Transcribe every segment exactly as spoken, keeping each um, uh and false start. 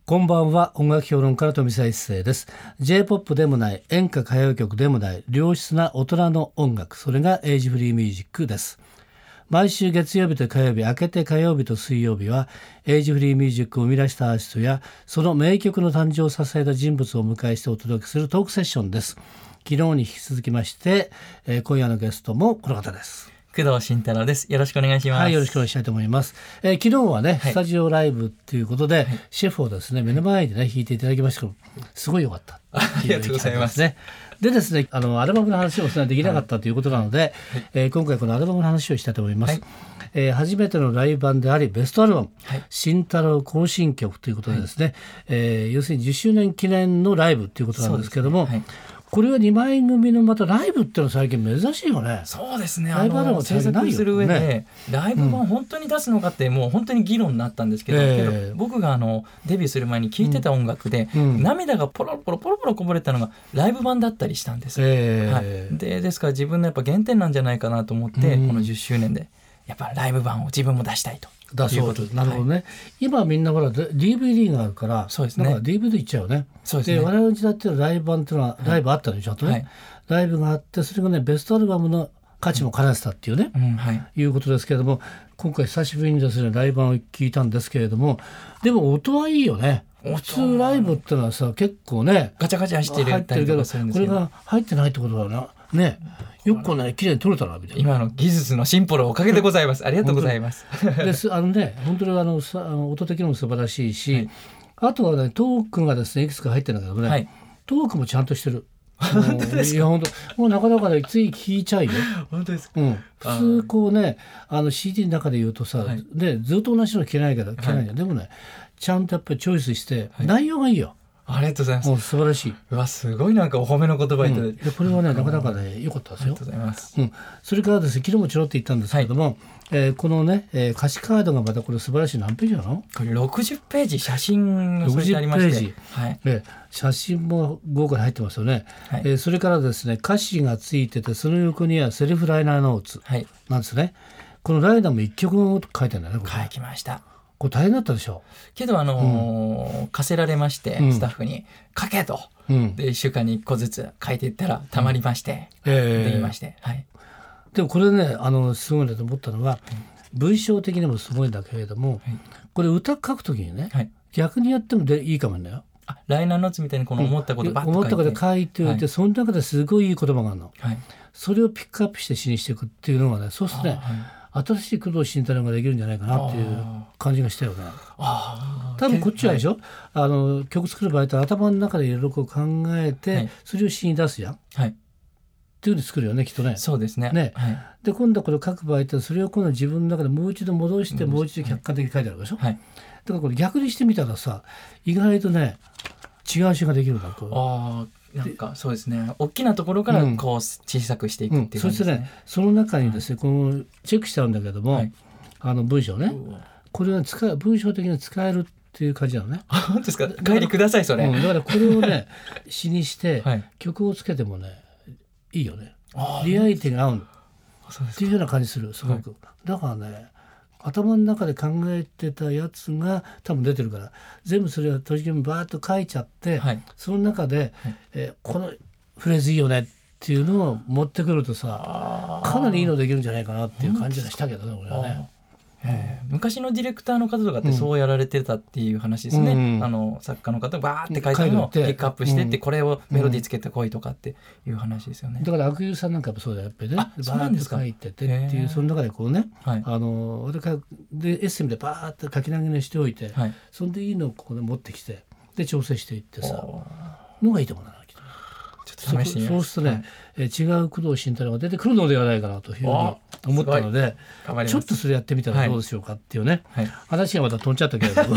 こんばんは。音楽評論家の富澤一世です。 J-ポップ でもない、演歌歌謡曲でもない、良質な大人の音楽、それがエイジフリーミュージックです。毎週月曜日と火曜日、明けて火曜日と水曜日はエイジフリーミュージックを生み出したアーティストやその名曲の誕生を支えた人物をお迎えしてお届けするトークセッションです。昨日に引き続きまして、えー、今夜のゲストもこの方です。 工藤慎太郎です。よろしくお願いします。 はい、よろしくお願いしたいと思います。えー、昨日はね、はい、スタジオライブということで、はい、シェフをですね目の前でね弾いていただきましたけど、すごい良かった。 ありがとうございます。 ね、でですね、あのアルバムの話をできなかったということなので、はいえー、今回このアルバムの話をしたいと思います。はいえー、初めてのライブ版でありベストアルバム、はい、慎太郎行進曲ということでですね、はいえー、要するにじゅっしゅうねん記念のライブということなんですけども、これはにまい組のまたライブっていうのは最近珍しいよね。 そうですね。 ライブアルバム制作する上で、ね、ライブ版本当に出すのかってもう本当に議論になったんですけど、えー、けど僕があのデビューする前に聴いてた音楽で、うん、涙がポロポロポロポロこぼれたのがライブ版だったりしたんです、えーはい、で, ですから自分のやっぱ原点なんじゃないかなと思って、うん、このじゅっしゅうねんでやっぱライブ版を自分も出したいとだそうです。なるほどね、はい、今みんなほら ディーブイディー があるからそうです、ね、なんか ディーブイディー いっちゃうよね。そうですね。で我々の時代ってライブ版っていうのは、はい、ライブあったでしょ、ねはい、ライブがあってそれがねベストアルバムの価値も兼ねてたっていうね、うんはい、いうことですけれども、今回久しぶりにですねライブ版を聞いたんですけれども、でも音はいいよね。普通ライブってのはさ結構ねガチャガチャしてる入ってるけど、これが入ってないってことだなね。よくこんなに綺麗に撮れたなみたいな。 今の技術の進歩のおかげでございます。ありがとうございます。 ですあのね本当にあのさ音的にも素晴らしいし、はい、あとはねトークがですねいくつか入ってるんだけどね、はい、トークもちゃんとしてる。 本当ですか。 いや本当もうなかなかねつい聞いちゃいよ。 本当ですか、 うん、普通こうねあの シーディー の中で言うとさ、はい、でずっと同じの聞けないけど聞けないんだ、はい、でもねちゃんとやっぱりチョイスして、はい、内容がいいよ。 ありがとうございます。 もう素晴らしい。 うわすごいなんかお褒めの言葉いただいて、 うん、これはねなかなかね良かったですよ。 ありがとうございます、 うん、それからですね昨日もちょろっと言ったんですけども、はいえー、このね、えー、歌詞カードがまたこれ素晴らしい。何ページなの？これろくじゅっページ写真が添えてありましてろくじゅっページ、はいえー、写真も豪華に入ってますよね、はいえー、それからですね歌詞がついててその横にはセルフライナーノーツなんですね、はい、このライナーもいっきょく書いてあるんだね。これ書きました。 これ大変だったでしょけどあのーうん、課せられましてスタッフに書けと、うん、でいっしゅうかんにいっこずつ書いていったらたまりまして、うんえー、できまして、はい、 でもこれねあのすごいなと思ったのは、うん、文章的にもすごいんだけれども、はい、これ歌書くときにね、はい、逆にやってもでいいかもね。 あライナーノーツみたいにこの思ったことバッと書いて、 思ったこと書いておいて、はい、その中ですごいいい言葉があるの、はい、それをピックアップして詩にしていくっていうのがねそうするとね新しい工藤慎太郎ができるんじゃないかなっていう感じがしたよね。あ多分こっちはでしょ、はい、あの曲作る場合って頭の中でいろいろ考えて、はい、それを詩に出すやん、はい、っていう風に作るよねきっとね。 そうですね。 ね、 はい、 で今度これ書く場合ってそれを今度自分の中でもう一度戻してもう一度客観的に書いてあるでしょ、はい、だからこれ逆にしてみたらさ意外とね違う詩ができるんだと。 あなんかそうですね大きなところからこう小さくしていくっていう感じですね、うんうん、そしてねその中にですね、はい、このチェックしてあるんだけども、はい、あの文章ねこれは使う文章的に使えるっていう感じなのね。 本当ですか。帰りくださいそれ、 うん、だからこれをね詩にして、はい、曲をつけてもねいいよね。リアリティが合うっていうような感じするすごく、はい、だからね頭の中で考えてたやつが多分出てるから全部それを閉じ込めバーッと書いちゃって、はい、その中で、はいえー、このフレーズいいよねっていうのを持ってくるとさかなりいいのできるんじゃないかなっていう感じがしたけどね俺はね。 えー、昔のディレクターの方とかってそうやられてたっていう話ですね、うん、あの作家の方がバーって書いたのをピックアップしてって、うん、これをメロディーつけてこいとかっていう話ですよね。 だから悪友さんなんかもそうだよやっぱりねバーッと書いててっていうその中でこうね、はい、あの俺からでエッセンでバーッと書き投げにしておいて、はい、そんでいいのをここで持ってきてで調整していってさのがいいと思うな。 ちょっと試してみます。 そうするとね、はい、違う工藤慎太郎が出てくるのではないかなというふうに思ったのでちょっとそれやってみたらどうでしょうかっていうね、はい、話がまた飛んじゃったけれども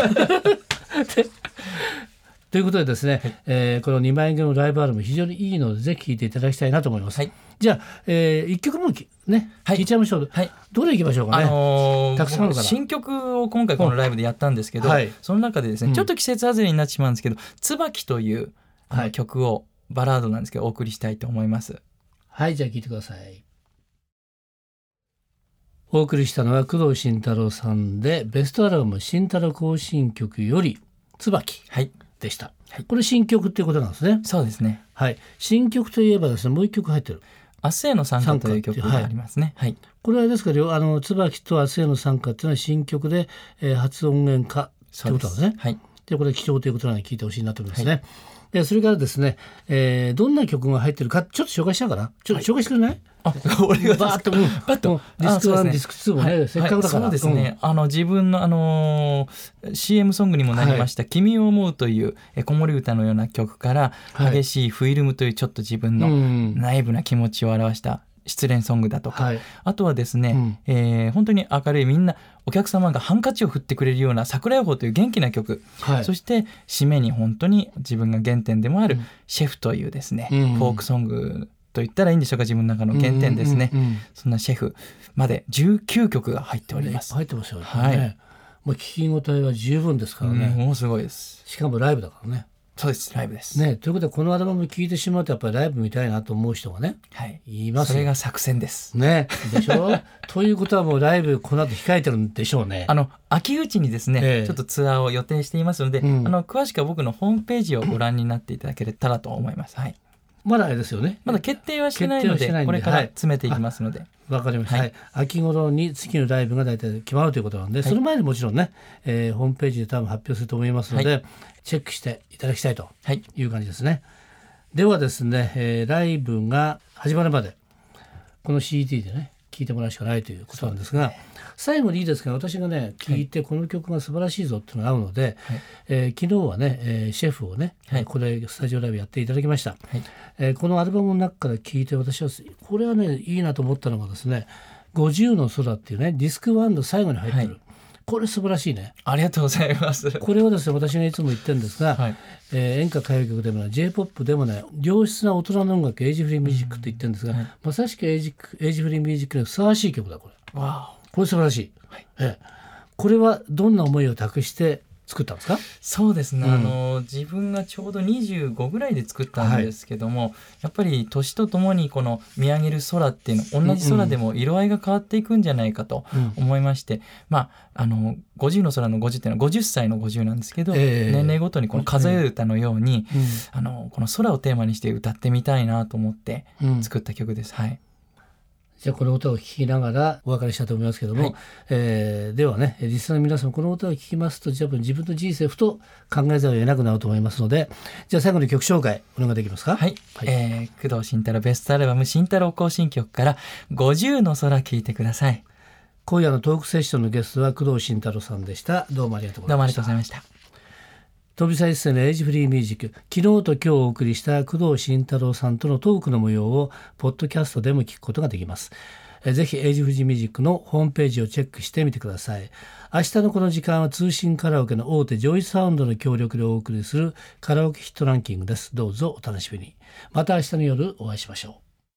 ということでですね、はいえー、このにまい組のライブアルバム非常にいいのでぜひ聴いていただきたいなと思います、はい、じゃあ、えー、いっきょくもね、はい、聴いちゃいましょう、はい、どれいきましょうかね、あのー、たくさんあるから新曲を今回このライブでやったんですけど、はい、その中でですね、うん、ちょっと季節外れになってしまうんですけど椿というあの曲をバラードなんですけどお送りしたいと思います。 はいじゃあ聴いてください。お送りしたのは工藤慎太郎さんでベストアルバム慎太郎行進曲より椿はいでした、 はい、 これ新曲っていうことなんですね。 そうですね、 はい、新曲といえばですねもう一曲入ってる明日への参加という曲がありますね、はいはい、 これはですからあの椿と明日への参加っていうのは新曲で、えー、初音源化ということなんですね。 はい、 でこれ貴重ということなので聞いてほしいなと思いますね、はい、でそれからですね、えー、どんな曲が入ってるかちょっと紹介しちゃうかな。ちょっと紹介してくれない、はい、 あ俺がバーッと、うん、バッとディスクワン、ね、ディスクツーもね、はい、せっかくだから、 はい、そうですね、うん、あの自分の、あのー、シーエム ソングにもなりました、はい、君を思うという子守歌のような曲から、はい、激しいフィルムというちょっと自分の内部な気持ちを表した失恋ソングだとか、はい、あとはですね、うんえー、本当に明るいみんなお客様がハンカチを振ってくれるような桜予報という元気な曲、はい、そして締めに本当に自分が原点でもあるシェフというですね、うん、フォークソングと言ったらいいんでしょうか、自分の中の原点ですね、うんうんうん、そんなシェフまでじゅうきゅうきょくが入っております。 入ってますよね、はい、もう聞き応えは十分ですからね、 うん、もうすごいです。 しかもライブだからね。 そうです、ライブです、 ね、ということでこのアルバム聴いてしまうとやっぱりライブ見たいなと思う人がね、 はい、 いますよ。 それが作戦ですね、でしょということはもうライブこの後控えてるんでしょうね。 あの秋口にですね、えー、ちょっとツアーを予定していますので、うん、あの詳しくは僕のホームページをご覧になっていただけたらと思います、はい、 まだあれですよね、 まだ決定はしてないの で, ないのでこれから詰めていきますので、 わ、はい、かりました、はい、秋頃に次のライブが大体決まるということなので、はい、その前にもちろんね、えー、ホームページで多分発表すると思いますので、はい、チェックしていただきたいという感じですね、はい、ではですね、えー、ライブが始まるまでこの シーディー でね聴いてもらうしかないということなんですが、ね、最後にいいですか、私がね聴いてこの曲が素晴らしいぞっていうのが合うので、はいえー、昨日はね、えー、シェフをね、はい、これスタジオライブやっていただきました、はいえー、このアルバムの中から聴いて私はこれはねいいなと思ったのがですねごじゅうの空っていうねディスクワンの最後に入ってる、はい、これ素晴らしいね。 ありがとうございます。 これはですね私がいつも言ってるんですが、はいえー、演歌歌謡曲でもない J-ポップ でもない良質な大人の音楽エイジフリーミュージックって言ってるんですが、うんはい、まさしくエイジ、エイジフリーミュージックにふさわしい曲だこれ。わこれ素晴らしい、はいえー、これはどんな思いを託して作ったんですか？ そうですね、うん、あの自分がちょうどにじゅうごぐらいで作ったんですけども、はい、やっぱり年とともにこの見上げる空っていうの同じ空でも色合いが変わっていくんじゃないかと思いまして、うん、まああのごじゅうの空のごじゅうっていうのはごじゅっさいのごじゅうなんですけど、えー、年齢ごとにこの数え歌のように、うん、あのこの空をテーマにして歌ってみたいなと思って作った曲です、うん、はい。 じゃあこの歌を聴きながらお別れしたいと思いますけども、はいえー、ではねリスナーの皆さんこの歌を聴きますと自分の人生ふと考えざるを得なくなると思いますので、じゃあ最後に曲紹介お願いできますか？ はい、はいえー、工藤慎太郎ベストアルバム慎太郎行進曲からごじゅうの空聴いてください。 今夜のトークセッションのゲストは工藤慎太郎さんでした。どうもありがとうございました。 どうもありがとうございました。 飛び一世のエイジフリーミュージック、昨日と今日お送りした工藤慎太郎さんとのトークの模様をポッドキャストでも聞くことができます。ぜひエイジフリーミュージックのホームページをチェックしてみてください。明日のこの時間は通信カラオケの大手ジョイサウンドの協力でお送りするカラオケヒットランキングです。どうぞお楽しみに。また明日の夜お会いしましょう。